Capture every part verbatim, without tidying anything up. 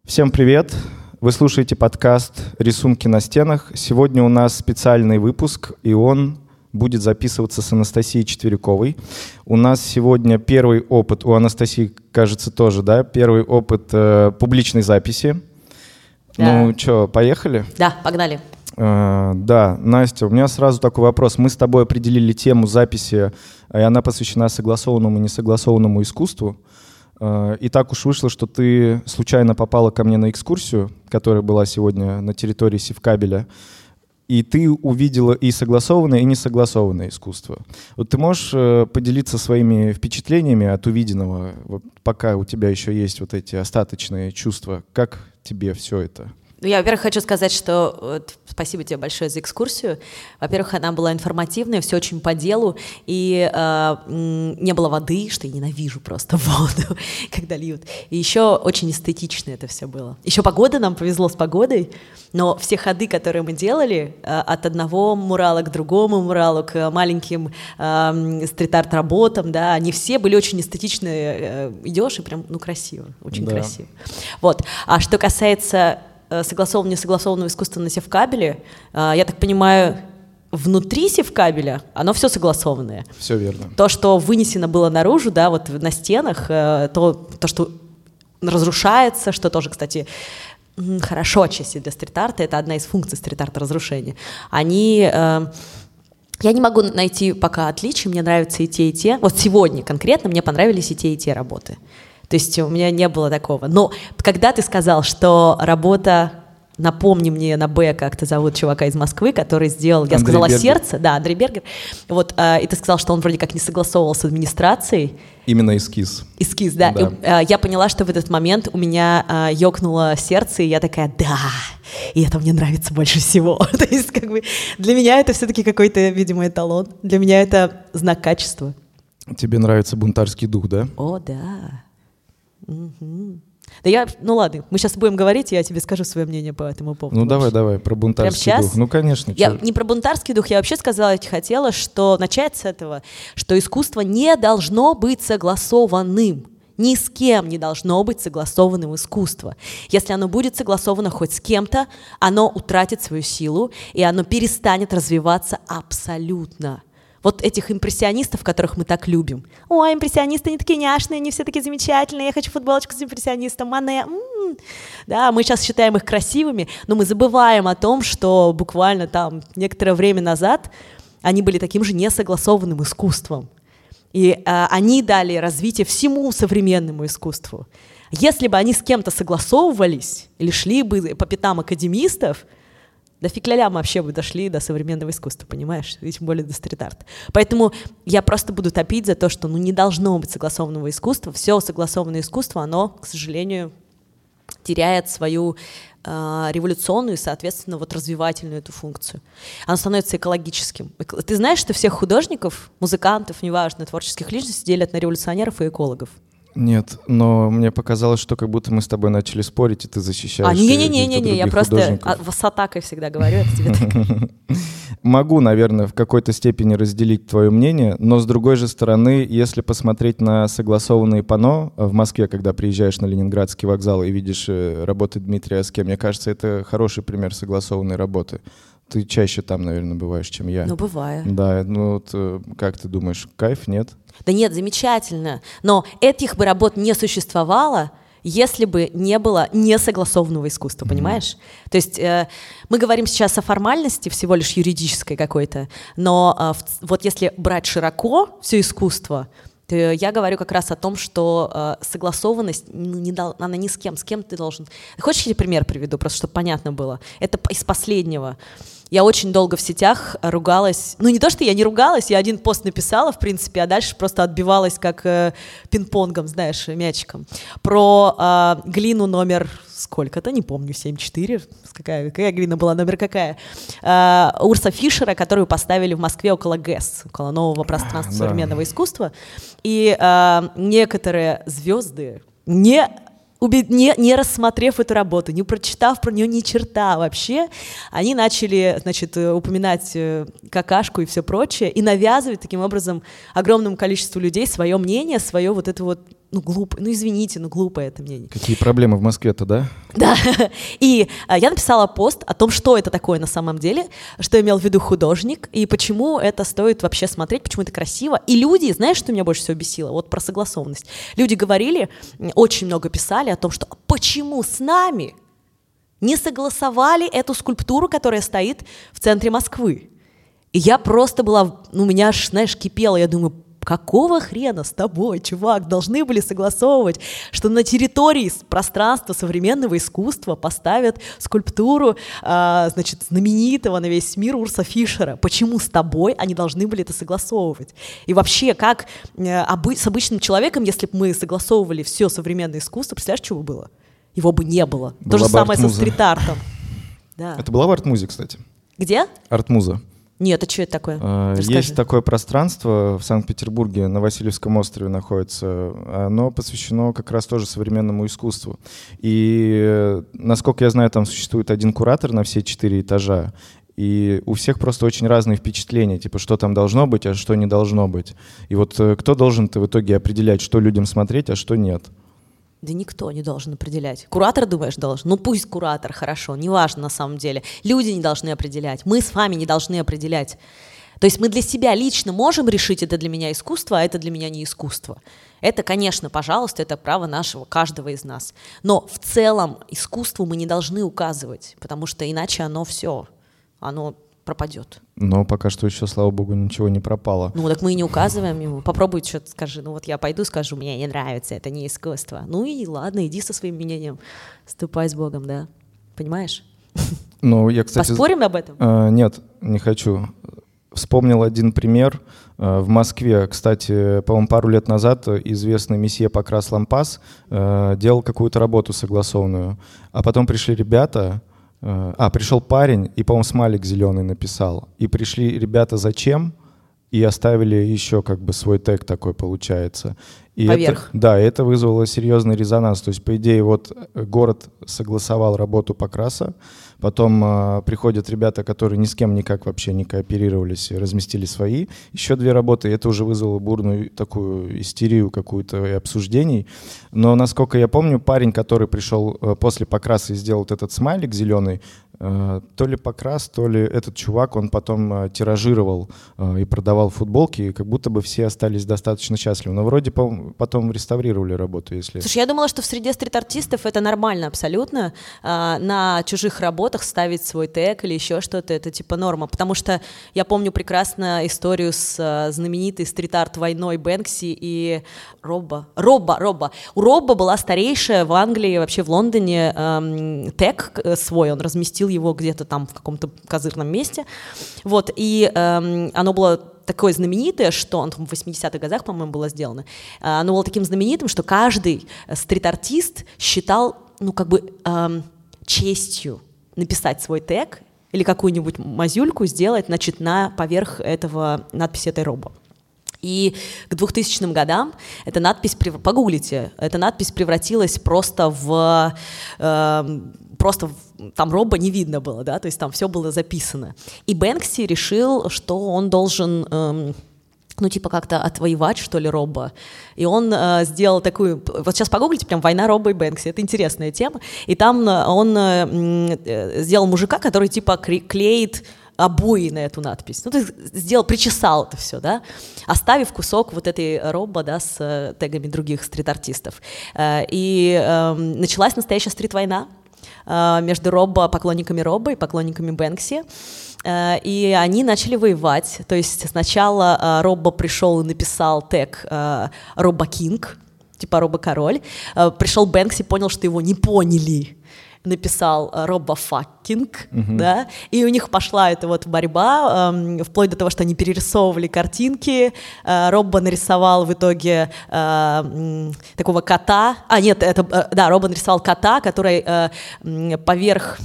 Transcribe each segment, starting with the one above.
Всем привет! Вы слушаете подкаст «Рисунки на стенах». Сегодня у нас специальный выпуск, и он будет записываться с Анастасией Четвериковой. У нас сегодня первый опыт, у Анастасии, кажется, тоже, да, первый опыт э, публичной записи. Да. Ну что, поехали? Да, погнали. Э, да, Настя, у меня сразу такой вопрос. Мы с тобой определили тему записи, и она посвящена согласованному и несогласованному искусству. И так уж вышло, что ты случайно попала ко мне на экскурсию, которая была сегодня на территории Севкабеля, и ты увидела и согласованное, и несогласованное искусство. Вот ты можешь поделиться своими впечатлениями от увиденного, вот пока у тебя еще есть вот эти остаточные чувства? Как тебе все это? Я, во-первых, хочу сказать, что вот, спасибо тебе большое за экскурсию. Во-первых, она была информативная, все очень по делу, и э, не было воды, что я ненавижу просто воду, когда льют. И еще очень эстетично это все было. Еще погода, нам повезло с погодой, но все ходы, которые мы делали, э, от одного мурала к другому муралу, к маленьким э, стрит-арт-работам, да, они все были очень эстетичные. Э, идешь и прям, ну, красиво, очень да. красиво. Вот. А что касается согласованного, несогласованного искусства на Севкабеле, я так понимаю, внутри Севкабеля оно все согласованное. Все верно. То, что вынесено было наружу, да, вот на стенах, то, то что разрушается, что тоже, кстати, хорошо отчасти для стрит-арта, это одна из функций стрит-арта — разрушения. Они... Я не могу найти пока отличий, мне нравятся и те, и те. Вот сегодня конкретно мне понравились и те, и те работы. То есть у меня не было такого. Но когда ты сказал, что работа, напомни мне на «Б», как ты зовут чувака из Москвы, который сделал, я Андрей сказала, Бергер. «Сердце», да, Андрей Бергер, вот, э, и ты сказал, что он вроде как не согласовывал с администрацией. Именно эскиз. Эскиз, да. да. И, э, я поняла, что в этот момент у меня э, ёкнуло сердце, и я такая, да, и это мне нравится больше всего. То есть как бы для меня это все-таки какой-то, видимо, эталон. Для меня это знак качества. Тебе нравится бунтарский дух, да? О, да. Угу. Да я, ну ладно, мы сейчас будем говорить, и я тебе скажу свое мнение по этому поводу. Ну давай, давай, про бунтарский дух. Ну конечно. Я чё? не про бунтарский дух, я вообще сказала, хотела, что начать с этого, что искусство не должно быть согласованным. Ни с кем не должно быть согласованным искусство. Если оно будет согласовано хоть с кем-то, оно утратит свою силу, и оно перестанет развиваться абсолютно. Вот этих импрессионистов, которых мы так любим. Ой, импрессионисты, они такие няшные, они все такие замечательные, я хочу футболочку с импрессионистом, Мане. М-м-м. Да, мы сейчас считаем их красивыми, но мы забываем о том, что буквально там некоторое время назад они были таким же несогласованным искусством. И а, они дали развитие всему современному искусству. Если бы они с кем-то согласовывались или шли бы по пятам академистов, да фиг ля-ля, мы вообще бы дошли до современного искусства, понимаешь? И тем более до стрит-арта. Поэтому я просто буду топить за то, что ну, не должно быть согласованного искусства. Все согласованное искусство, оно, к сожалению, теряет свою э, революционную и, соответственно, вот развивательную эту функцию. Оно становится экологическим. Ты знаешь, что всех художников, музыкантов, неважно, творческих личностей делят на революционеров и экологов? Нет, но мне показалось, что как будто мы с тобой начали спорить, и ты защищаешь. А, не-не-не-не, я просто с атакой всегда говорю, это тебе так. Могу, наверное, в какой-то степени разделить твое мнение, но с другой же стороны, если посмотреть на согласованные панно в Москве, когда приезжаешь на Ленинградский вокзал и видишь работы Дмитрия Аске, мне кажется, это хороший пример согласованной работы. Ты чаще там, наверное, бываешь, чем я. Ну, бываю. Да, ну вот как ты думаешь, кайф, нет? Да нет, замечательно. Но этих бы работ не существовало, если бы не было несогласованного искусства, mm-hmm. понимаешь? То есть э, мы говорим сейчас о формальности, всего лишь юридической какой-то, но э, в, вот если брать широко все искусство, то я говорю как раз о том, что э, согласованность, ну, не дал, она ни с кем, с кем ты должен... Хочешь, я пример приведу, просто чтобы понятно было? Это из последнего. Я очень долго в сетях ругалась. Ну, не то, что я не ругалась, я один пост написала, в принципе, а дальше просто отбивалась как э, пинг-понгом, знаешь, мячиком. Про э, глину номер сколько-то, не помню, семь четыре. Какая, какая глина была, номер какая? Э, Урса Фишера, которую поставили в Москве около ГЭС, около нового пространства да. современного искусства. И э, некоторые звезды не... Не, не рассмотрев эту работу, не прочитав про нее ни черта вообще, они начали, значит, упоминать какашку и все прочее, и навязывать таким образом огромному количеству людей свое мнение, свое вот это вот ну, глупое, ну, извините, ну, глупое это мнение. Какие проблемы в Москве-то, да? Да, и а, я написала пост о том, что это такое на самом деле, что имел в виду художник, и почему это стоит вообще смотреть, почему это красиво. И люди, знаешь, что меня больше всего бесило? Вот про согласованность. Люди говорили, очень много писали о том, что почему с нами не согласовали эту скульптуру, которая стоит в центре Москвы. И я просто была, ну, у меня аж, знаешь, кипело, я думаю, какого хрена с тобой, чувак, должны были согласовывать, что на территории пространства современного искусства поставят скульптуру, а, значит, знаменитого на весь мир Урса Фишера. Почему с тобой они должны были это согласовывать? И вообще, как э, обы- с обычным человеком, если бы мы согласовывали все современное искусство, представляешь, что бы было? Его бы не было. Была То же самое арт-муза. со стрит-артом. Да. Это была в арт-музе, кстати. Где? Арт-муза. Нет, а что это такое? Э, Расскажи. Есть такое пространство в Санкт-Петербурге, на Васильевском острове находится. Оно посвящено как раз тоже современному искусству. И, э, насколько я знаю, там существует один куратор на все четыре этажа. И у всех просто очень разные впечатления, типа, что там должно быть, а что не должно быть. И вот э, кто должен-то в итоге определять, что людям смотреть, а что нет? Да никто не должен определять. Куратор, думаешь, должен? Ну пусть куратор, хорошо, неважно на самом деле. Люди не должны определять, мы с вами не должны определять. То есть мы для себя лично можем решить, это для меня искусство, а это для меня не искусство. Это, конечно, пожалуйста, это право нашего, каждого из нас. Но в целом искусству мы не должны указывать, потому что иначе оно все, оно пропадет. Но пока что еще, слава богу, ничего не пропало. Ну, так мы и не указываем ему. Попробуй что-то скажи. Ну, вот я пойду скажу, мне не нравится, это не искусство. Ну и ладно, иди со своим мнением. Ступай с Богом, да. Понимаешь? Ну, я, кстати... Поспорим об этом? Э, нет, не хочу. Вспомнил один пример. Э, в Москве, кстати, по-моему, пару лет назад известный месье Покрас Лампас э, делал какую-то работу согласованную. А потом пришли ребята... А, пришел парень и, по-моему, смайлик зеленый написал. И пришли ребята зачем? И оставили еще как бы свой тег такой, получается. И поверх. Это, да, это вызвало серьезный резонанс. То есть, по идее, вот город согласовал работу Покраса, потом э, приходят ребята, которые ни с кем никак вообще не кооперировались, и разместили свои. Еще две работы, и это уже вызвало бурную такую истерию какую-то и обсуждений. Но, насколько я помню, парень, который пришел э, после Покраса и сделал вот этот смайлик зеленый, э, то ли Покрас, то ли этот чувак, он потом э, тиражировал э, и продавал футболки, и как будто бы все остались достаточно счастливы. Но вроде по потом реставрировали работу, если... Слушай, я думала, что в среде стрит-артистов это нормально абсолютно, э, на чужих работах ставить свой тег или еще что-то, это типа норма, потому что я помню прекрасно историю с э, знаменитой стрит-арт войной Бэнкси и Робба. Робба, Робба. У Робба была старейшая в Англии, вообще в Лондоне э, тег свой, он разместил его где-то там в каком-то козырном месте, вот, и э, оно было такое знаменитое, что оно в восьмидесятых годах, по-моему, было сделано, оно было таким знаменитым, что каждый стрит-артист считал, ну, как бы эм, честью написать свой тег или какую-нибудь мазюльку сделать, значит, на поверх этого надписи этой Робо. И к двухтысячным годам эта надпись, погуглите, эта надпись превратилась просто в... Э, просто в, там Робо не видно было, да, то есть там все было записано. И Бэнкси решил, что он должен... Эм, ну, типа как-то отвоевать, что ли, Робо. И он э, сделал такую... Вот сейчас погуглите, прям «Война Робо и Бэнкси». Это интересная тема. И там он э, сделал мужика, который типа клеит обои на эту надпись. Ну, то есть сделал, причесал это все, да, оставив кусок вот этой Робо, да, с э, тегами других стрит-артистов. Э, и э, началась настоящая стрит-война э, между Робо, поклонниками Робо и поклонниками Бэнкси. И они начали воевать. То есть сначала uh, Робо пришел и написал тег uh, Робо Кинг, типа Робо Король. Uh, пришел Бэнкси, понял, что его не поняли. Написал Робо Факкинг, uh-huh. да, и у них пошла эта вот борьба, эм, вплоть до того, что они перерисовывали картинки. Э, Робо нарисовал в итоге э, м, такого кота, а нет, это, э, да, Робо нарисовал кота, который э, поверх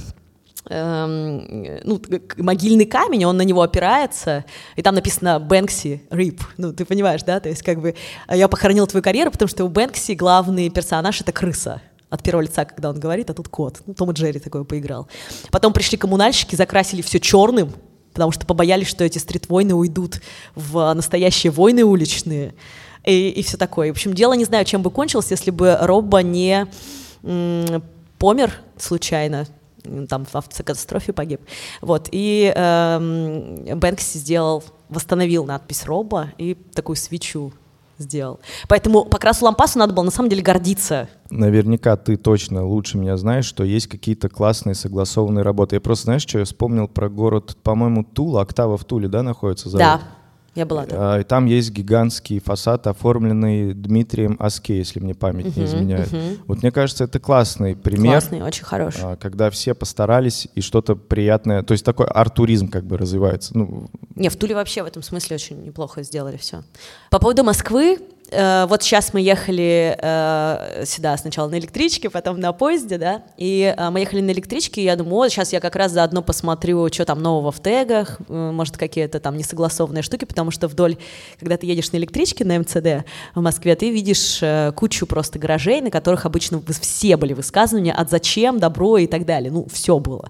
ну, могильный камень, он на него опирается, и там написано «Бэнкси Рип». Ну, ты понимаешь, да? То есть как бы я похоронил твою карьеру, потому что у Бэнкси главный персонаж — это крыса от первого лица, когда он говорит, а тут кот. Ну, Том и Джерри такое поиграл. Потом пришли коммунальщики, закрасили все черным, потому что побоялись, что эти стрит-войны уйдут в настоящие войны уличные. и, и все такое. В общем, дело не знаю, чем бы кончилось, если бы Роббо не м- помер случайно, там в автокатастрофе погиб. Вот. И эм, Бэнкси сделал, восстановил надпись Роббо и такую свечу сделал. Поэтому Покрасу Лампасу надо было на самом деле гордиться. Наверняка ты точно лучше меня знаешь, что есть какие-то классные согласованные работы. Я просто, знаешь, что я вспомнил про город, по-моему, Тула, Октава в Туле, да, находится? Завод? Да. Я была там. И там есть гигантский фасад, оформленный Дмитрием Аске, если мне память uh-huh, не изменяет. Uh-huh. Вот мне кажется, это классный пример. Классный, очень хороший. Когда все постарались и что-то приятное, то есть такой арт-туризм как бы развивается. Ну, не, в Туле вообще в этом смысле очень неплохо сделали все. По поводу Москвы, э, вот сейчас мы ехали э, сюда сначала на электричке, потом на поезде, да, и э, мы ехали на электричке, и я думаю, вот сейчас я как раз заодно посмотрю, что там нового в тегах, э, может, какие-то там несогласованные штуки, потому что вдоль, когда ты едешь на электричке на эм цэ дэ в Москве, ты видишь э, кучу просто гаражей, на которых обычно все были высказывания от зачем, добро и так далее, ну, все было.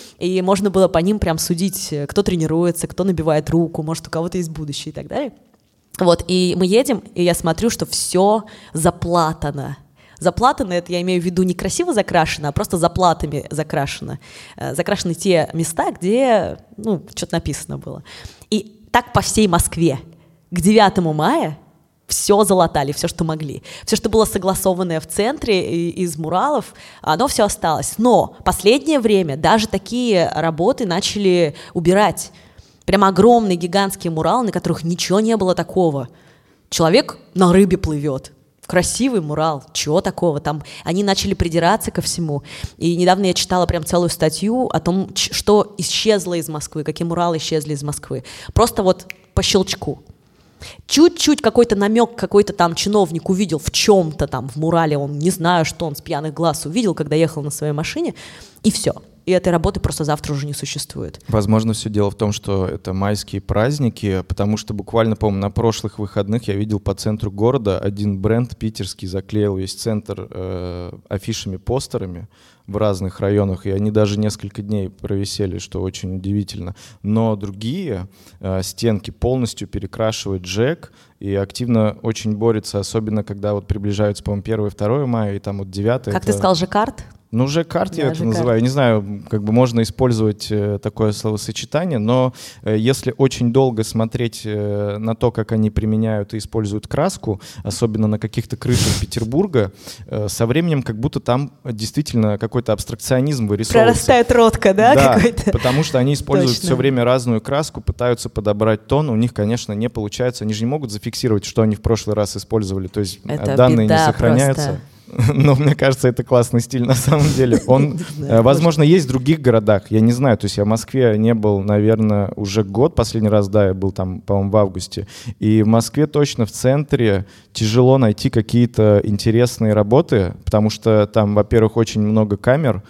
И можно было по ним прям судить, кто тренируется, кто набивает руку, может, у кого-то есть будущее и так далее. Вот, и мы едем, и я смотрю, что все заплатано. Заплатано, это я имею в виду не красиво закрашено, а просто заплатами закрашено. Закрашены те места, где, ну, что-то написано было. И так по всей Москве. К девятому мая все залатали, все, что могли. Все, что было согласованное в центре из муралов, оно все осталось. Но последнее время даже такие работы начали убирать. Прям огромные гигантские муралы, на которых ничего не было такого. Человек на рыбе плывет. Красивый мурал, чего такого? Там они начали придираться ко всему. И недавно я читала прям целую статью о том, что исчезло из Москвы, какие муралы исчезли из Москвы. Просто вот по щелчку. Чуть-чуть какой-то намек, какой-то там чиновник увидел в чем-то там, в мурале, он не знаю, что он с пьяных глаз увидел, когда ехал на своей машине, и все. И этой работы просто завтра уже не существует. Возможно, все дело в том, что это майские праздники, потому что буквально, по-моему, на прошлых выходных я видел по центру города один бренд питерский заклеил весь центр э, афишами, постерами в разных районах, и они даже несколько дней провисели, что очень удивительно. Но другие э, стенки полностью перекрашивает ЖЭК и активно очень борется, особенно когда вот приближаются, по-моему, первое и второе мая, и там вот девятое. Как это... ты сказал, ЖЭКарт? Ну, ЖЭКарт я да, это ЖЭКарт. называю. Не знаю, как бы можно использовать э, такое словосочетание, но э, если очень долго смотреть э, на то, как они применяют и используют краску, особенно на каких-то крышах Петербурга, э, со временем как будто там действительно какой-то абстракционизм вырисовывается. Прорастает ротка, да, да, какой-то? Потому что они используют Точно. все время разную краску, пытаются подобрать тон, у них, конечно, не получается. Они же не могут зафиксировать, что они в прошлый раз использовали, то есть это данные не беда сохраняются. Просто. Но мне кажется, это классный стиль на самом деле. Он, возможно, есть в других городах. Я не знаю, то есть я в Москве не был, наверное, уже год. Последний раз, да, я был там, по-моему, в августе. И в Москве точно в центре тяжело найти какие-то интересные работы, потому что там, во-первых, очень много камер.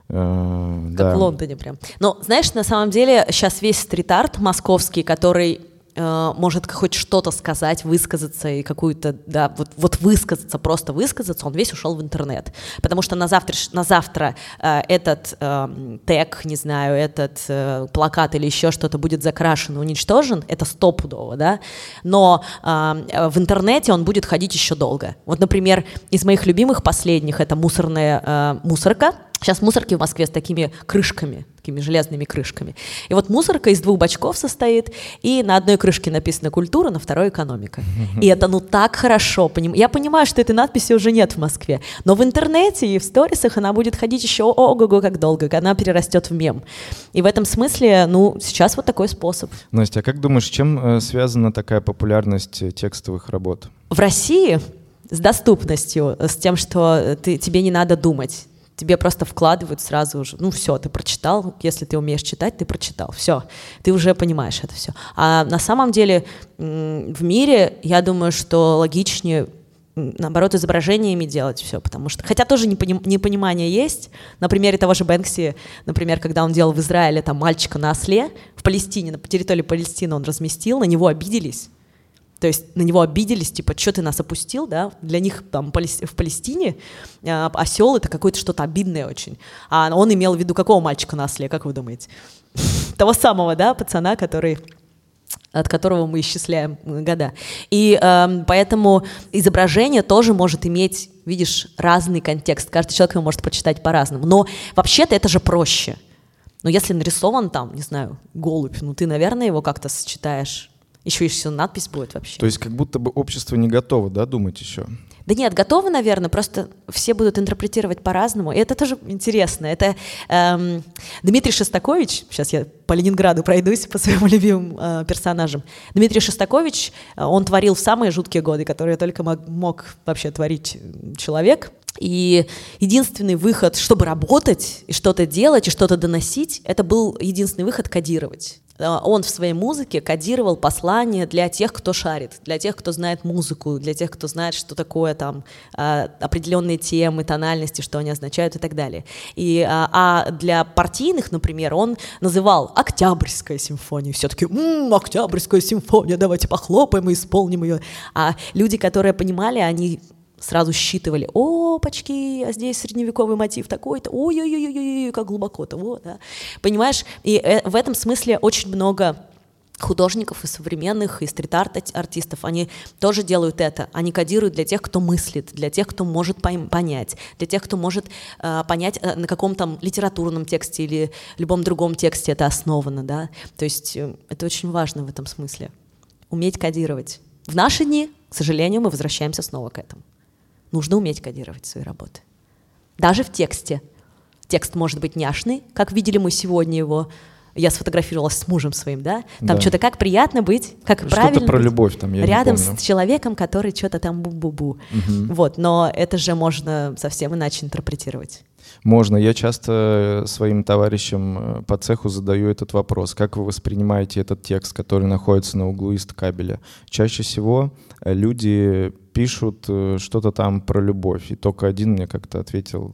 Как да. в Лондоне прям. Но, знаешь, на самом деле сейчас весь стрит-арт московский, который может хоть что-то сказать, высказаться и какую-то, да, вот, вот высказаться, просто высказаться, он весь ушел в интернет. Потому что на завтра, на завтра э, этот э, тег, не знаю, этот э, плакат или еще что-то будет закрашен, уничтожен, это стопудово, да, но э, в интернете он будет ходить еще долго. Вот, например, из моих любимых последних это мусорная э, мусорка. Сейчас мусорки в Москве с такими крышками, такими железными крышками. И вот мусорка из двух бачков состоит, и на одной крышке написано «Культура», на второй «Экономика». И это ну так хорошо. Я понимаю, что этой надписи уже нет в Москве, но в интернете и в сторисах она будет ходить еще ого-го как долго, она перерастет в мем. И в этом смысле, ну, сейчас вот такой способ. Настя, а как думаешь, с чем э, связана такая популярность текстовых работ? В России с доступностью, с тем, что ты, тебе не надо думать. Тебе просто вкладывают сразу же, ну все, ты прочитал, если ты умеешь читать, ты прочитал, все, ты уже понимаешь это все. А на самом деле в мире, я думаю, что логичнее, наоборот, изображениями делать все, потому что, хотя тоже непоним, непонимание есть, на примере того же Бэнкси, например, когда он делал в Израиле там мальчика на осле, в Палестине, на территории Палестины он разместил, на него обиделись. То есть на него обиделись, типа, что ты нас опустил, да? Для них там в Палестине э, осел — это какое-то что-то обидное очень. А он имел в виду какого мальчика на осле, как вы думаете? Того самого, да, пацана, который от которого мы исчисляем года. И э, поэтому изображение тоже может иметь, видишь, разный контекст. Каждый человек его может прочитать по-разному. Но вообще-то это же проще. Но если нарисован там, не знаю, голубь, ну ты, наверное, его как-то сочетаешь. Еще и все надпись будет вообще. То есть как будто бы общество не готово, да, думать еще? Да нет, готовы, наверное, просто все будут интерпретировать по-разному. И это тоже интересно. Это эм, Дмитрий Шостакович, сейчас я по Ленинграду пройдусь по своим любимым э, персонажам. Дмитрий Шостакович, он творил в самые жуткие годы, которые только мог, мог вообще творить человек. И единственный выход, чтобы работать, и что-то делать, и что-то доносить, это был единственный выход — кодировать. Он в своей музыке кодировал послания для тех, кто шарит, для тех, кто знает музыку, для тех, кто знает, что такое там определенные темы, тональности, что они означают и так далее. И, а для партийных, например, он называл «Октябрьская симфония». Все таки «Ммм, Октябрьская симфония, давайте похлопаем и исполним ее». А люди, которые понимали, они сразу считывали: опачки, а здесь средневековый мотив такой-то, ой-ой-ой, как глубоко-то, вот, да. Понимаешь, и в этом смысле очень много художников и современных, и стрит-арт-артистов, они тоже делают это, они кодируют для тех, кто мыслит, для тех, кто может понять, для тех, кто может э, понять, на каком там литературном тексте или любом другом тексте это основано, да, то есть э, это очень важно в этом смысле, уметь кодировать. В наши дни, к сожалению, мы возвращаемся снова к этому. Нужно уметь кодировать свои работы. Даже в тексте. Текст может быть няшный, как видели мы сегодня его. Я сфотографировалась с мужем своим, да? Там да. Что-то как приятно быть, как что-то правильно про быть любовь там, я рядом не помню. С человеком, который что-то там бу-бу-бу. Угу. Вот, но это же можно совсем иначе интерпретировать. Можно. Я часто своим товарищам по цеху задаю этот вопрос. Как вы воспринимаете этот текст, который находится на углу исткабеля? Чаще всего люди пишут что-то там про любовь, и только один мне как-то ответил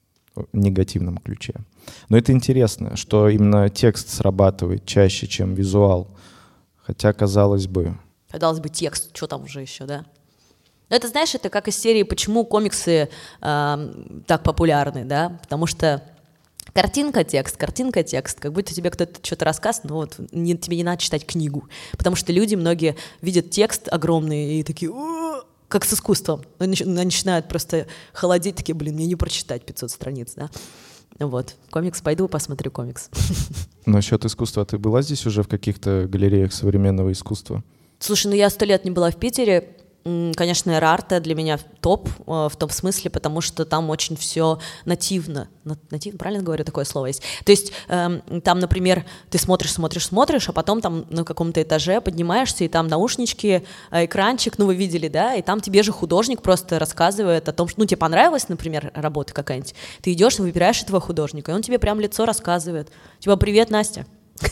в негативном ключе. Но это интересно, что именно текст срабатывает чаще, чем визуал. Хотя, казалось бы... Казалось бы, текст, что там уже еще, да? Но это, знаешь, это как из серии «Почему комиксы э, так популярны», да? Потому что картинка-текст, картинка-текст, как будто тебе кто-то что-то рассказывает, но вот не, тебе не надо читать книгу. Потому что люди, многие, видят текст огромный и такие... Как с искусством. Начинают просто холодеть, такие, блин, мне не прочитать пятьсот страниц, да? Вот. Комикс, пойду посмотрю комикс. Насчет искусства, ты была здесь уже в каких-то галереях современного искусства? Слушай, ну я сто лет не была в Питере. Конечно, Эр-арте для меня топ в том смысле, потому что там очень все нативно. Нативно, правильно говорю, такое слово есть? То есть эм, там, например, ты смотришь, смотришь, смотришь, а потом там на каком-то этаже поднимаешься, и там наушнички, экранчик, ну вы видели, да, и там тебе же художник просто рассказывает о том, что, ну тебе понравилась, например, работа какая-нибудь, ты идешь, выбираешь этого художника, и он тебе прям в лицо рассказывает. Типа: привет, Настя.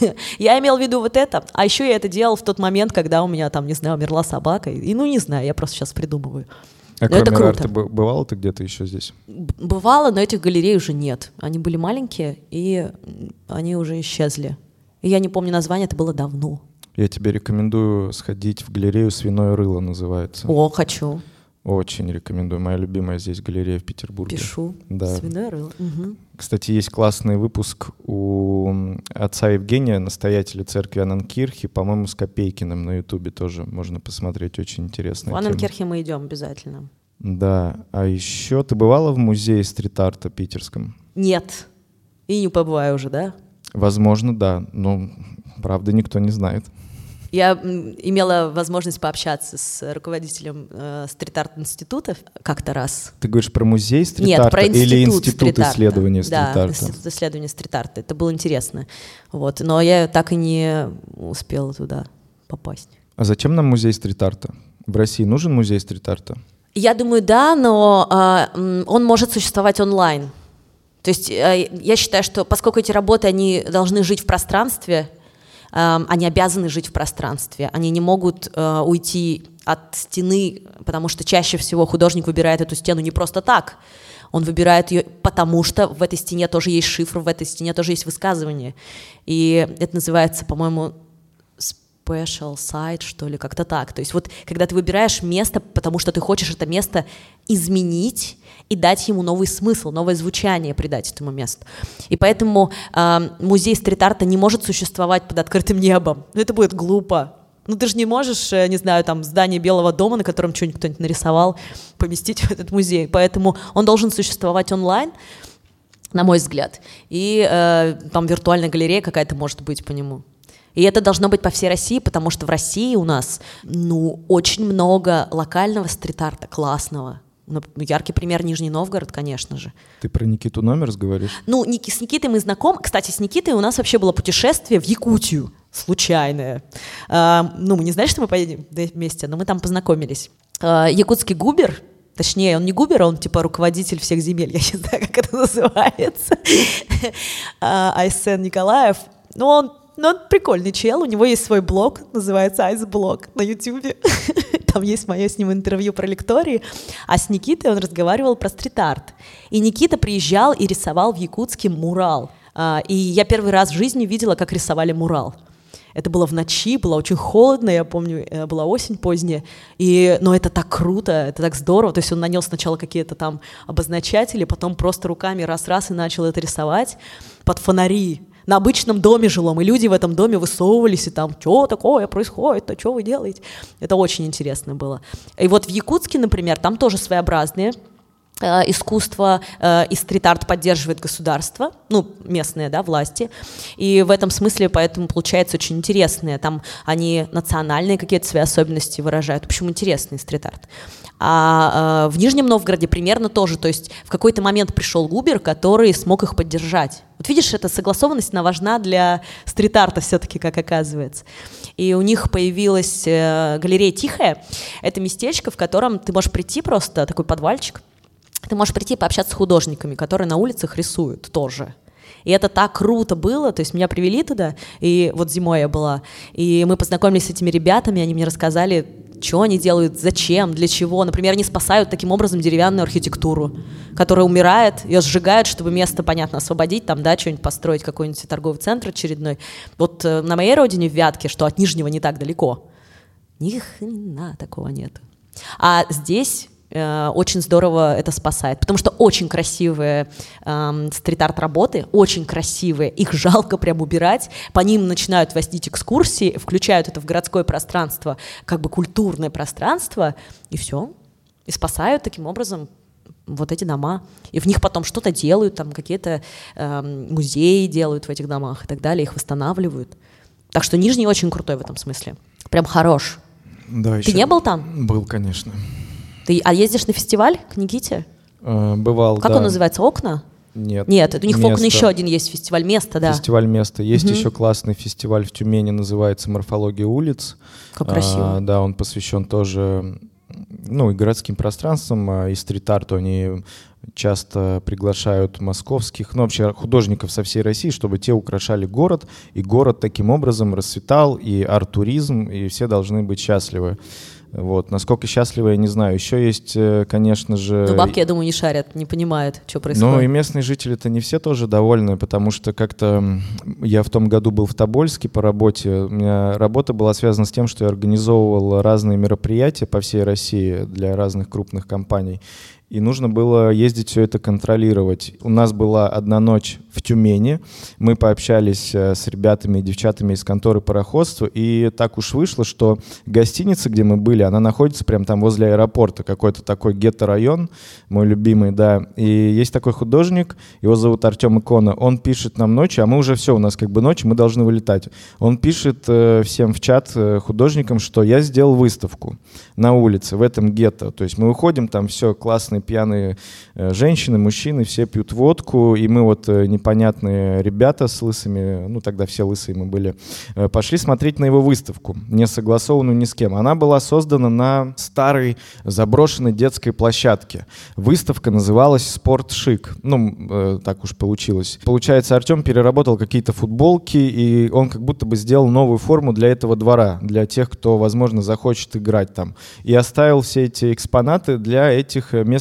Я имел в виду вот это, а еще я это делал в тот момент, когда у меня там, не знаю, умерла собака, и, ну, не знаю, я просто сейчас придумываю. А но кроме Эр-арте, бывало ты где-то еще здесь? Бывало, но этих галерей уже нет. Они были маленькие, и они уже исчезли. И я не помню название, это было давно. Я тебе рекомендую сходить в галерею «Свиное рыло» называется. О, хочу. Очень рекомендую. Моя любимая здесь галерея в Петербурге. Пишу. Да. «Свиное рыло». Угу. Кстати, есть классный выпуск у отца Евгения, настоятеля церкви Анненкирхе, по-моему, с Копейкиным на Ютубе тоже можно посмотреть. Очень интересная В Анненкирхе мы идем обязательно. Да. А еще ты бывала в музее стрит-арта питерском? Нет. И не побываю уже, да? Возможно, да. Но, правда, никто не знает. Я имела возможность пообщаться с руководителем э, стрит-арт-института как-то раз. Ты говоришь про музей стрит-арта? Нет, про институт или институт стрит-арта. исследования стрит-арта? Да, институт исследования стрит-арта. Это было интересно. Вот. Но я так и не успела туда попасть. А зачем нам музей стрит-арта? В России нужен музей стрит-арта? Я думаю, да, но э, он может существовать онлайн. То есть э, я считаю, что поскольку эти работы, они должны жить в пространстве, они обязаны жить в пространстве, они не могут э, уйти от стены, потому что чаще всего художник выбирает эту стену не просто так, он выбирает ее, потому что в этой стене тоже есть шифр, в этой стене тоже есть высказывание, и это называется, по-моему, special site, что ли, как-то так. То есть вот когда ты выбираешь место, потому что ты хочешь это место изменить и дать ему новый смысл, новое звучание придать этому месту. И поэтому э, музей стрит-арта не может существовать под открытым небом. Ну, это будет глупо. Ну, ты же не можешь, не знаю, там, здание Белого дома, на котором что-нибудь кто-нибудь нарисовал, поместить в этот музей. Поэтому он должен существовать онлайн, на мой взгляд. И э, там виртуальная галерея какая-то может быть по нему. И это должно быть по всей России, потому что в России у нас, ну, очень много локального стрит-арта, классного. Ну, яркий пример — Нижний Новгород, конечно же. Ты про Никиту Номерс говоришь? Ну, Ники, с Никитой мы знакомы. Кстати, с Никитой у нас вообще было путешествие в Якутию. Случайное. А, ну, мы не знали, что мы поедем вместе, но мы там познакомились. А, якутский губер, точнее, он не губер, он типа руководитель всех земель, я не знаю, как это называется, Айсен Николаев. Ну, он, ну, он прикольный чел, у него есть свой блог, называется Айсблог на Ютубе. Там есть мое с ним интервью про лектории, а с Никитой он разговаривал про стрит-арт. И Никита приезжал и рисовал в Якутске мурал. И я первый раз в жизни видела, как рисовали мурал. Это было в ночи, было очень холодно, я помню, была осень поздняя, и, но это так круто, это так здорово, то есть он нанес сначала какие-то там обозначатели, потом просто руками раз-раз и начал это рисовать под фонари на обычном доме жилом, и люди в этом доме высовывались, и там, что такое происходит, а что вы делаете? Это очень интересно было. И вот в Якутске, например, там тоже своеобразные искусство и стрит-арт поддерживает государство, ну, местные, да, власти, и в этом смысле поэтому получается очень интересные, там они национальные какие-то свои особенности выражают, в общем, интересный стрит-арт. А в Нижнем Новгороде примерно тоже, то есть в какой-то момент пришел губер, который смог их поддержать. Вот видишь, эта согласованность, она важна для стрит-арта все-таки, как оказывается. И у них появилась галерея «Тихая», это местечко, в котором ты можешь прийти просто, такой подвальчик, ты можешь прийти и пообщаться с художниками, которые на улицах рисуют тоже. И это так круто было, то есть меня привели туда, и вот зимой я была, и мы познакомились с этими ребятами, они мне рассказали, что они делают, зачем, для чего. Например, они спасают таким образом деревянную архитектуру, которая умирает, ее сжигают, чтобы место, понятно, освободить, там, да, что-нибудь построить, какой-нибудь торговый центр очередной. Вот э, на моей родине, в Вятке, что от Нижнего не так далеко, ни хрена такого нет. А здесь очень здорово это спасает, потому что очень красивые эм, стрит-арт работы, очень красивые, их жалко прям убирать, по ним начинают возить экскурсии, включают это в городское пространство, как бы культурное пространство, и все, и спасают таким образом вот эти дома, и в них потом что-то делают, там какие-то эм, музеи делают в этих домах и так далее, их восстанавливают. Так что Нижний очень крутой в этом смысле, прям хорош. Да, Ты не был там? Был, конечно. Ты, а ездишь на фестиваль к Никите? Э, бывал, как да. он называется? «Окна»? Нет. Нет, это у них место. в «Окна» еще один есть фестиваль, место, да. Фестиваль места. Есть угу. еще классный фестиваль в Тюмени, называется «Морфология улиц». Как красиво. А, да, он посвящен тоже, ну, и городским пространствам, и стрит-арту. Они часто приглашают московских, ну, вообще художников со всей России, чтобы те украшали город, и город таким образом расцветал, и арт-туризм, и все должны быть счастливы. Вот. Насколько счастливы, я не знаю. Еще есть, конечно же... Но бабки, я думаю, не шарят, не понимают, что происходит. Ну и местные жители-то не все тоже довольны, потому что как-то я в том году был в Тобольске по работе. У меня работа была связана с тем, что я организовывал разные мероприятия по всей России для разных крупных компаний. И нужно было ездить все это контролировать. У нас была одна ночь в Тюмени. Мы пообщались с ребятами и девчатами из конторы пароходства. И так уж вышло, что гостиница, где мы были, она находится прямо там возле аэропорта. Какой-то такой гетто-район, мой любимый, да. И есть такой художник, его зовут Артем Икона. Он пишет нам ночью, а мы уже все, у нас как бы ночь, мы должны вылетать. Он пишет э, всем в чат, э, художникам, что я сделал выставку на улице, в этом гетто. То есть мы выходим, там все классно, пьяные э, женщины, мужчины, все пьют водку, и мы вот э, непонятные ребята с лысыми, ну тогда все лысые мы были, э, пошли смотреть на его выставку, не согласованную ни с кем. Она была создана на старой заброшенной детской площадке. Выставка называлась «Спорт Шик». Ну, э, так уж получилось. Получается, Артем переработал какие-то футболки, и он как будто бы сделал новую форму для этого двора, для тех, кто, возможно, захочет играть там. И оставил все эти экспонаты для этих местных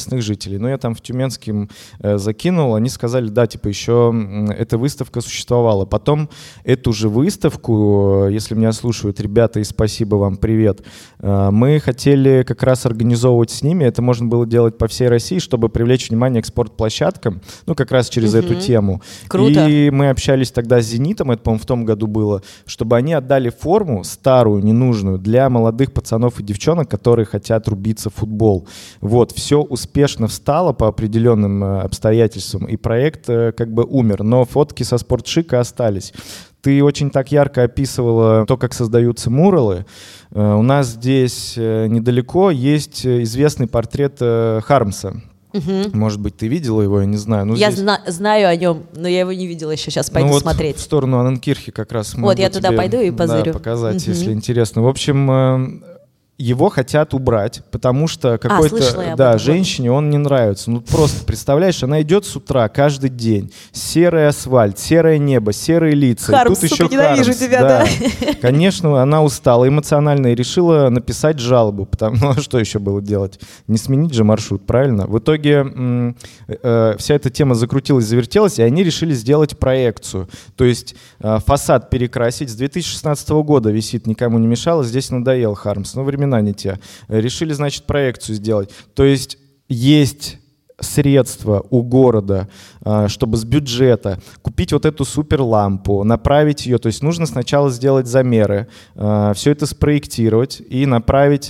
местных жителей. Но я там в Тюменском э, закинул, они сказали, да, типа еще э, эта выставка существовала. Потом эту же выставку, э, если меня слушают ребята, и спасибо вам, привет, э, мы хотели как раз организовывать с ними, это можно было делать по всей России, чтобы привлечь внимание к спортплощадкам, ну как раз через угу. эту тему. Круто. И мы общались тогда с «Зенитом», это, по-моему, в том году было, чтобы они отдали форму старую, ненужную, для молодых пацанов и девчонок, которые хотят рубиться в футбол. Вот, все успешно встало по определенным э, обстоятельствам, и проект э, как бы умер, но фотки со спортшика остались. Ты очень так ярко описывала то, как создаются муралы. Э, у нас здесь э, недалеко есть известный портрет э, Хармса. Угу. Может быть, ты видела его, я не знаю. Ну, я здесь... зна- знаю о нем, но я его не видела еще. Сейчас пойду ну, вот смотреть. В сторону Анненкирхи как раз. Вот, я туда пойду и позырю. Да, показать, угу. если интересно. В общем, его хотят убрать, потому что какой-то, а, да, женщине он не нравится. Ну просто представляешь, она идет с утра каждый день, серый асфальт, серое небо, серые лица. Хармс, и тут сука, еще ненавижу Хармс, тебя, да. да. Конечно, она устала эмоционально и решила написать жалобу, потому ну, что еще было делать? Не сменить же маршрут, правильно? В итоге м- э, вся эта тема закрутилась, завертелась, и они решили сделать проекцию. То есть э, фасад перекрасить. С две тысячи шестнадцатого года висит, никому не мешало, здесь надоел Хармс. Но времена не те. Решили, значит, проекцию сделать. То есть есть средства у города, чтобы с бюджета купить вот эту суперлампу, направить ее. То есть нужно сначала сделать замеры, все это спроектировать и направить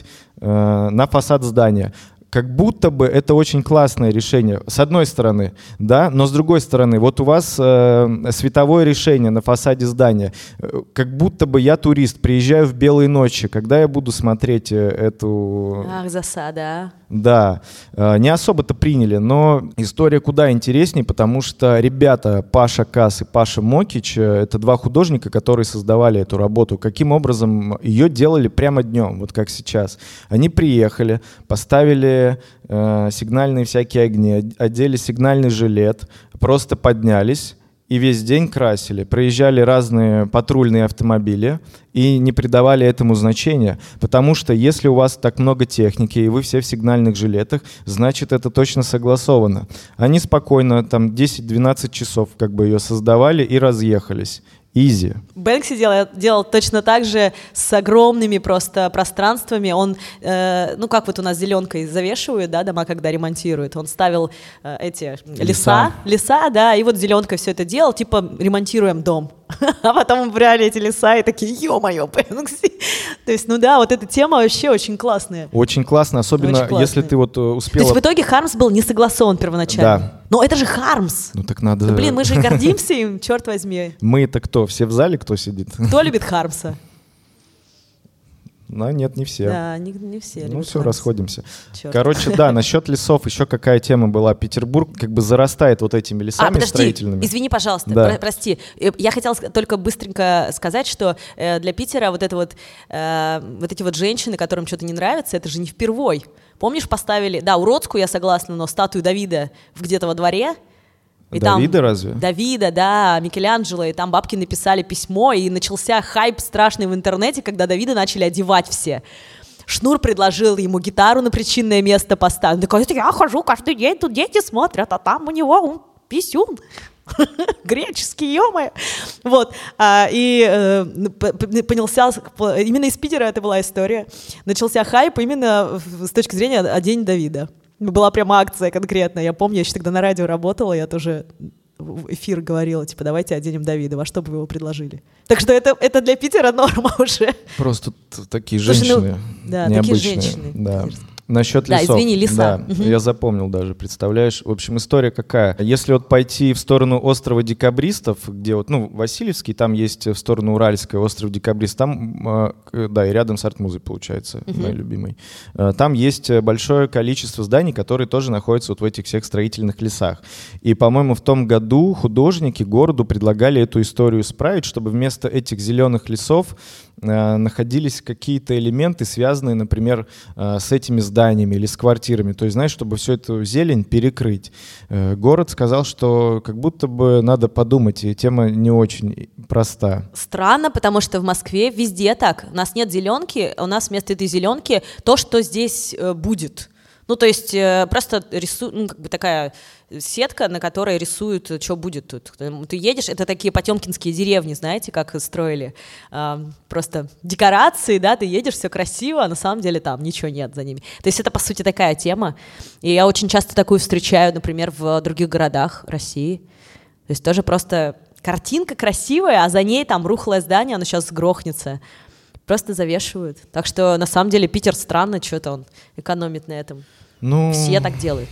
на фасад здания. Как будто бы это очень классное решение, с одной стороны, да, но с другой стороны, вот у вас э, световое решение на фасаде здания, как будто бы я турист, приезжаю в белые ночи, когда я буду смотреть эту... Ах, засада. Да, э, не особо-то приняли, но история куда интереснее, потому что ребята Паша Кас и Паша Мокич, это два художника, которые создавали эту работу, каким образом ее делали прямо днем, вот как сейчас. Они приехали, поставили э, сигнальные всякие огни, одели сигнальный жилет, просто поднялись и весь день красили. Проезжали разные патрульные автомобили и не придавали этому значения, потому что если у вас так много техники и вы все в сигнальных жилетах, значит это точно согласовано. Они спокойно там десять-двенадцать часов как бы ее создавали и разъехались. Изи. Бэнкси делал, делал точно так же с огромными просто пространствами. Он, э, ну как вот у нас зеленкой завешивают, да, дома, когда ремонтируют. Он ставил э, эти леса, леса, леса, да, и вот зеленкой все это делал, типа ремонтируем дом. А потом брали эти леса и такие, ё-моё, Бэнкси. То есть, ну да, вот эта тема вообще очень классная. Очень классно, особенно очень если ты вот успела... То есть в итоге Хармс был не согласован первоначально? Да. Но это же Хармс! Ну так надо... Ну, блин, мы же гордимся им, черт возьми. Мы-то кто? Все в зале, кто сидит? Кто любит Хармса? Ну, нет, не все. Да, не, не все. Ну, все, Хармс. Расходимся. Черт. Короче, да, насчет лесов еще какая тема была. Петербург как бы зарастает вот этими лесами а, подожди, строительными. Извини, пожалуйста, да. про- прости. Я хотела только быстренько сказать, что э, для Питера вот, это вот, э, вот эти вот женщины, которым что-то не нравится, это же не впервой. Помнишь, поставили, да, уродскую, я согласна, но статую Давида где-то во дворе. И Давида там, разве? Давида, да, Микеланджело, и там бабки написали письмо, и начался хайп страшный в интернете, когда Давида начали одевать все. Шнур предложил ему гитару на причинное место поставить. Он такой, я хожу каждый день, тут дети смотрят, а там у него писюн. Греческий, ё-моё. Вот. А, и э, понялся, именно из Питера это была история. Начался хайп именно с точки зрения «Одень Давида». Была прямо акция конкретная. Я помню, я еще тогда на радио работала, я тоже в эфир говорила, типа, давайте оденем Давида, во что бы вы его предложили. Так что это, это для Питера норма уже. Просто такие Слушай, женщины ну, да, необычные. такие женщины. Да. Насчет да, лесов. извини, леса. Да, угу. Я запомнил даже, представляешь. В общем, история какая. Если вот пойти в сторону острова Декабристов, где вот, ну, Васильевский, там есть в сторону Уральская остров Декабрист, там, э, да, и рядом с Артмузой, получается, угу. мой любимый. Э, там есть большое количество зданий, которые тоже находятся вот в этих всех строительных лесах. И, по-моему, в том году художники городу предлагали эту историю исправить, чтобы вместо этих зеленых лесов э, находились какие-то элементы, связанные, например, э, с этими зданиями, зданиями или с квартирами, то есть, знаешь, чтобы всю эту зелень перекрыть. Город сказал, что как будто бы надо подумать, и тема не очень проста. Странно, потому что в Москве везде так. У нас нет зеленки, у нас вместо этой зеленки то, что здесь будет. Ну, то есть э, просто рису... ну, как бы такая сетка, на которой рисуют, что будет тут. Ты едешь, это такие потемкинские деревни, знаете, как строили. Э, просто декорации, да, ты едешь, все красиво, а на самом деле там ничего нет за ними. То есть это, по сути, такая тема. И я очень часто такую встречаю, например, в других городах России. То есть тоже просто картинка красивая, а за ней там рухлое здание, оно сейчас грохнется. Просто завешивают. Так что, на самом деле, Питер странно, что-то он экономит на этом. Ну, все так делают.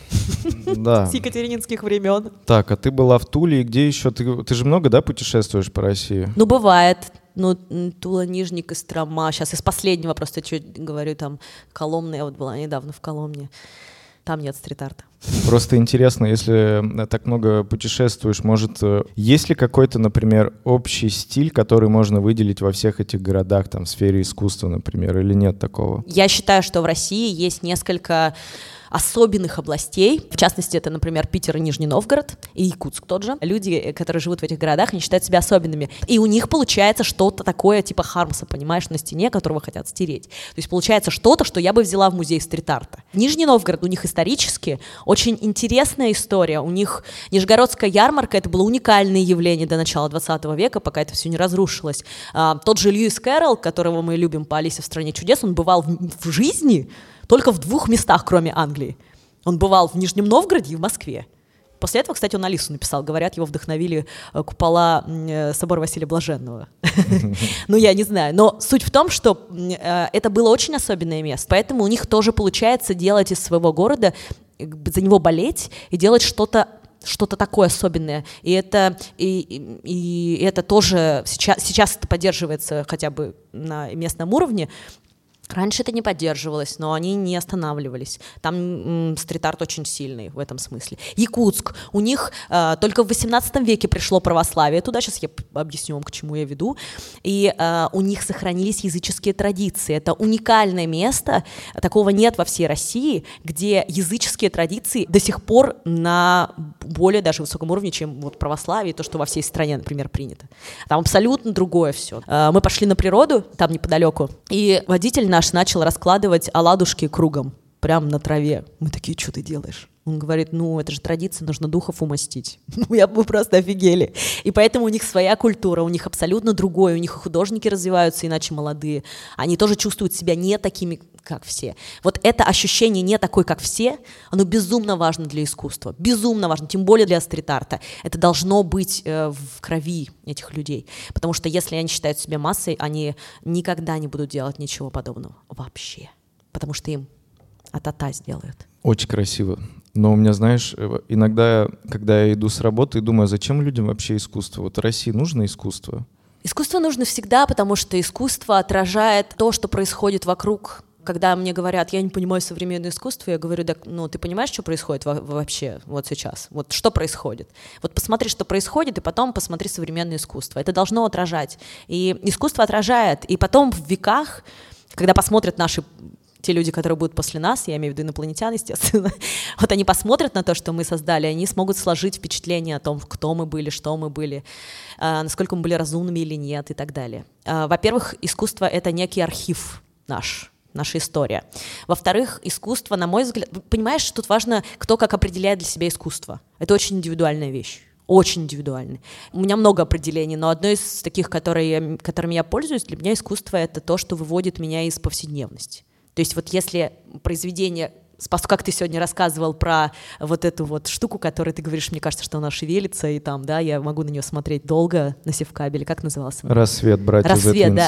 Да. С екатерининских времен. Так, а ты была в Туле, и где еще? Ты, ты же много, да, путешествуешь по России? Ну, бывает. Ну, Тула, Нижний, Кострома. Сейчас из последнего просто чуть говорю, там, Коломна. Я вот была недавно в Коломне. Там нет стрит-арта. Просто интересно, если так много путешествуешь, может, есть ли какой-то, например, общий стиль, который можно выделить во всех этих городах, там, в сфере искусства, например, или нет такого? Я считаю, что в России есть несколько особенных областей. В частности, это, например, Питер и Нижний Новгород, и Якутск тот же. Люди, которые живут в этих городах, они считают себя особенными. И у них получается что-то такое, типа Хармса, понимаешь, на стене, которого хотят стереть. То есть получается что-то, что я бы взяла в музей стрит-арта. Нижний Новгород у них исторически очень интересная история. У них Нижегородская ярмарка — это было уникальное явление до начала двадцатого века, пока это все не разрушилось. А, тот же Льюис Кэрролл, которого мы любим по «Алисе в стране чудес», он бывал в, в жизни только в двух местах, кроме Англии. Он бывал в Нижнем Новгороде и в Москве. После этого, кстати, он Алису написал. Говорят, его вдохновили купола собора Василия Блаженного. Ну, я не знаю. Но суть в том, что это было очень особенное место. Поэтому у них тоже получается делать из своего города, за него болеть и делать что-то что-то такое особенное. И это, и, и, и это тоже сейчас, сейчас это поддерживается хотя бы на местном уровне. Раньше это не поддерживалось, но они не останавливались. Там м, стрит-арт очень сильный в этом смысле. Якутск. У них э, только в восемнадцатом веке пришло православие туда. Сейчас я объясню вам, к чему я веду. И э, у них сохранились языческие традиции. Это уникальное место. Такого нет во всей России, где языческие традиции до сих пор на более даже высоком уровне, чем вот православие, то, что во всей стране, например, принято. Там абсолютно другое все. Э, мы пошли на природу, там неподалеку, и водитель наш начал раскладывать оладушки кругом, прямо на траве. Мы такие: что ты делаешь? Он говорит: ну, это же традиция, нужно духов умастить. Ну, я бы просто офигели. И поэтому у них своя культура, у них абсолютно другое, у них и художники развиваются иначе молодые. Они тоже чувствуют себя не такими, как все. Вот это ощущение «не такой, как все», оно безумно важно для искусства, безумно важно, тем более для стрит-арта. Это должно быть э, в крови этих людей, потому что если они считают себя массой, они никогда не будут делать ничего подобного вообще, потому что им а-та-та сделают. Очень красиво. Но у меня, знаешь, иногда, когда я иду с работы, думаю, зачем людям вообще искусство? Вот в России нужно искусство? Искусство нужно всегда, потому что искусство отражает то, что происходит вокруг. Когда мне говорят: я не понимаю современное искусство, я говорю: да, ну ты понимаешь, что происходит вообще вот сейчас? Вот что происходит? Вот посмотри, что происходит, и потом посмотри современное искусство. Это должно отражать. И искусство отражает. И потом в веках, когда посмотрят наши те люди, которые будут после нас, я имею в виду инопланетян, естественно, вот они посмотрят на то, что мы создали, они смогут сложить впечатление о том, кто мы были, что мы были, э, насколько мы были разумными или нет и так далее. Э, во-первых, искусство — это некий архив наш, наша история. Во-вторых, искусство, на мой взгляд, понимаешь, тут важно, кто как определяет для себя искусство. Это очень индивидуальная вещь. Очень индивидуальный. У меня много определений, но одно из таких, которые, которыми я пользуюсь, для меня искусство — это то, что выводит меня из повседневности. То есть вот если произведение, как ты сегодня рассказывал про вот эту вот штуку, которую ты говоришь, мне кажется, что она шевелится, и там, да, я могу на нее смотреть долго на севкабеле, как назывался? «Рассвет», братья «Рассвет», The Twins. да.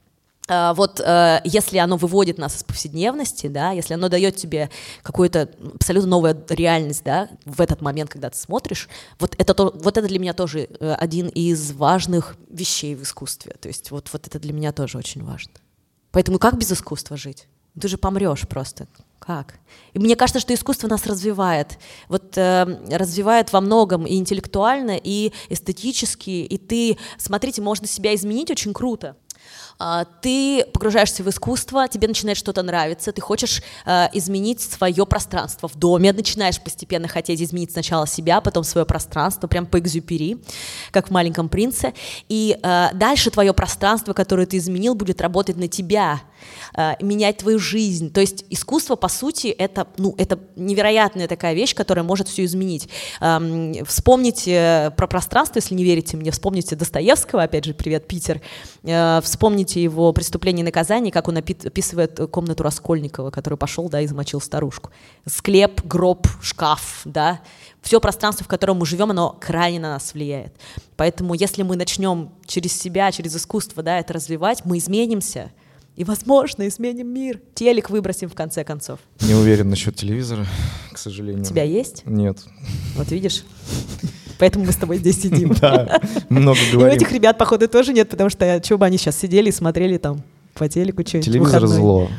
Uh, вот uh, если оно выводит нас из повседневности, да, если оно дает тебе какую-то абсолютно новую реальность, да, в этот момент, когда ты смотришь, вот это, то, вот это для меня тоже uh, один из важных вещей в искусстве. То есть вот, вот это для меня тоже очень важно. Поэтому как без искусства жить? Ты же помрешь просто. Как? И мне кажется, что искусство нас развивает. Вот э, развивает во многом и интеллектуально, и эстетически. И ты, смотрите, можно себя изменить очень круто. Ты погружаешься в искусство, тебе начинает что-то нравиться, ты хочешь изменить свое пространство в доме, начинаешь постепенно хотеть изменить сначала себя, потом свое пространство, прям по Экзюпери, как в «Маленьком принце», и дальше твое пространство, которое ты изменил, будет работать на тебя, менять твою жизнь. То есть искусство, по сути, это, ну, это невероятная такая вещь, которая может все изменить. Вспомните про пространство, если не верите мне, вспомните Достоевского, опять же, привет, Питер, вспомните его «Преступление и наказание», как он описывает комнату Раскольникова, который пошел, да, и замочил старушку. Склеп, гроб, шкаф, да, все пространство, в котором мы живем, оно крайне на нас влияет. Поэтому если мы начнем через себя, через искусство, да, это развивать, мы изменимся. И, возможно, изменим мир. Телек выбросим, в конце концов. Не уверен насчет телевизора, к сожалению. У тебя есть? Нет. Вот видишь? Поэтому мы с тобой здесь сидим. Да, много говорим. И у этих ребят, походу, тоже нет, потому что что бы они сейчас сидели и смотрели там по телеку что-нибудь. Телевизор зло.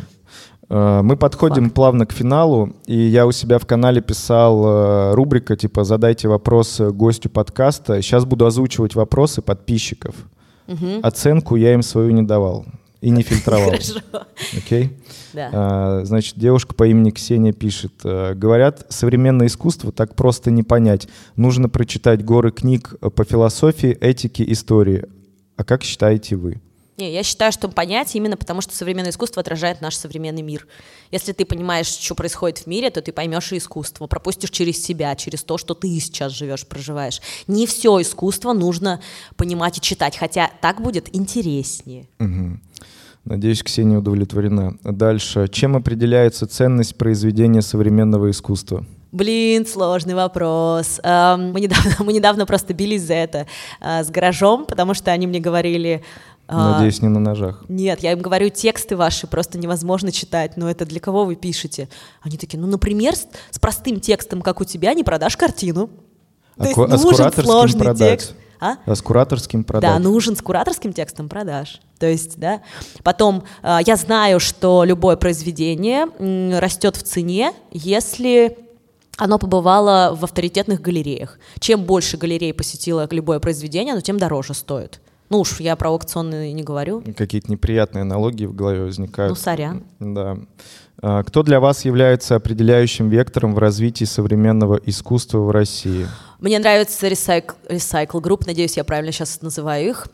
Мы подходим Факт. плавно к финалу, и я у себя в канале писал рубрика типа «Задайте вопрос гостю подкаста». Сейчас буду озвучивать вопросы подписчиков. Угу. Оценку я им свою не давал. И не фильтровал. Хорошо. Окей? Да. А, значит, девушка по имени Ксения пишет. Говорят, современное искусство так просто не понять. Нужно прочитать горы книг по философии, этике, истории. А как считаете вы? Не, я считаю, что понять именно потому, что современное искусство отражает наш современный мир. Если ты понимаешь, что происходит в мире, то ты поймешь и искусство, пропустишь через себя, через то, что ты сейчас живешь, проживаешь. Не все искусство нужно понимать и читать, хотя так будет интереснее. Угу. Надеюсь, Ксения удовлетворена. Дальше. Чем определяется ценность произведения современного искусства? Блин, сложный вопрос. Мы недавно, мы недавно просто бились за это с гаражом, потому что они мне говорили... Надеюсь, не на ножах. Нет, я им говорю, тексты ваши просто невозможно читать, но это для кого вы пишете? Они такие, ну, например, с, с простым текстом, как у тебя, не продашь картину. А, То ку- есть нужен а с кураторским продать? Текст. А? а с кураторским продать? Да, нужен с кураторским текстом продашь. То есть, да. Потом, э, я знаю, что любое произведение м, растет в цене, если... оно побывало в авторитетных галереях. Чем больше галерей посетило любое произведение, оно тем дороже стоит. Ну уж я про аукционные не говорю. Какие-то неприятные аналогии в голове возникают. Ну, сорян. Да. А, кто для вас является определяющим вектором в развитии современного искусства в России? Мне нравится Recycle, Recycle Group, надеюсь, я правильно сейчас называю их.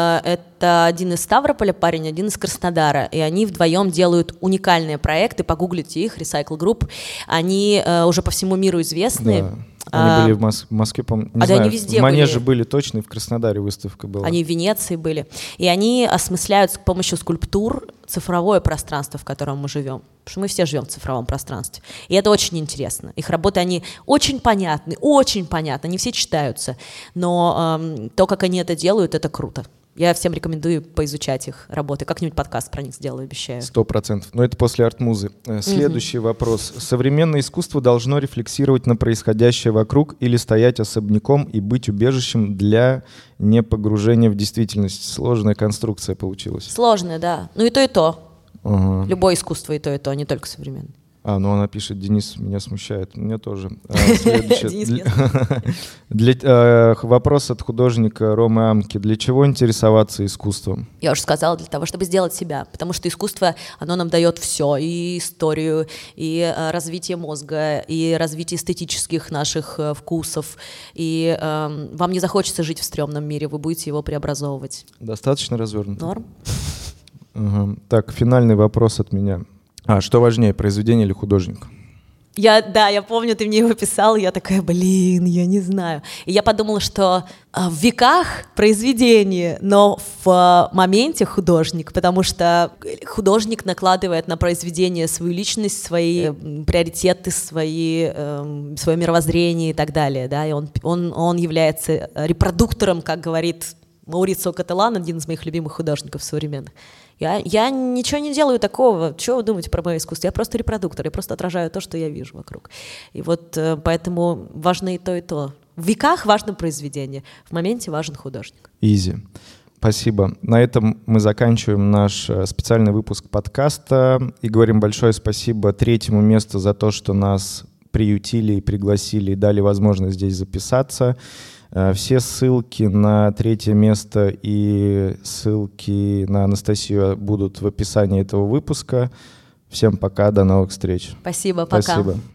Это один из Ставрополя парень, один из Краснодара, и они вдвоем делают уникальные проекты, погуглите их, Recycle Group. Они уже по всему миру известны. Да. Они а, были в, Мос- в Москве, по-моему, не а знаю, да, они везде в Манеже были. были точно, и в Краснодаре выставка была. Они в Венеции были. И они осмысляют с помощью скульптур цифровое пространство, в котором мы живем. Потому что мы все живем в цифровом пространстве. И это очень интересно. Их работы, они очень понятны, очень понятны, они все читаются. Но эм, то, как они это делают, это круто. Я всем рекомендую поизучать их работы. Как-нибудь подкаст про них сделаю, обещаю. Сто процентов. Но это после арт-музы. Следующий угу. вопрос. Современное искусство должно рефлексировать на происходящее вокруг или стоять особняком и быть убежищем для непогружения в действительность? Сложная конструкция получилась. Сложная, да. Ну и то, и то. Ага. Любое искусство и то, и то, не только современное. А, ну она пишет, Денис меня смущает, меня тоже. Следующий вопрос от художника Ромы Амки. Для чего интересоваться искусством? Я уже сказала, для того, чтобы сделать себя, потому что искусство, оно нам дает все, и историю, и развитие мозга, и развитие эстетических наших вкусов, и вам не захочется жить в стрёмном мире, вы будете его преобразовывать. Достаточно развернуто? Норм. Так, финальный вопрос от меня. А что важнее, произведение или художник? Я, да, я помню, ты мне его писал, я такая, блин, я не знаю. И я подумала, что а, в веках произведение, но в а, моменте художник, потому что художник накладывает на произведение свою личность, свои э, приоритеты, свои, э, свое мировоззрение и так далее, да, и он, он, он является репродуктором, как говорит Маурицио Кателан, один из моих любимых художников современных. Я, я ничего не делаю такого. Что вы думаете про мое искусство? Я просто репродуктор, я просто отражаю то, что я вижу вокруг. И вот э, поэтому важно и то, и то. В веках важно произведение, в моменте важен художник. Изи. Спасибо. На этом мы заканчиваем наш специальный выпуск подкаста и говорим большое спасибо Третьему месту за то, что нас приютили и пригласили и дали возможность здесь записаться. Все ссылки на третье место и ссылки на Анастасию будут в описании этого выпуска. Всем пока, до новых встреч. Спасибо, пока. Спасибо.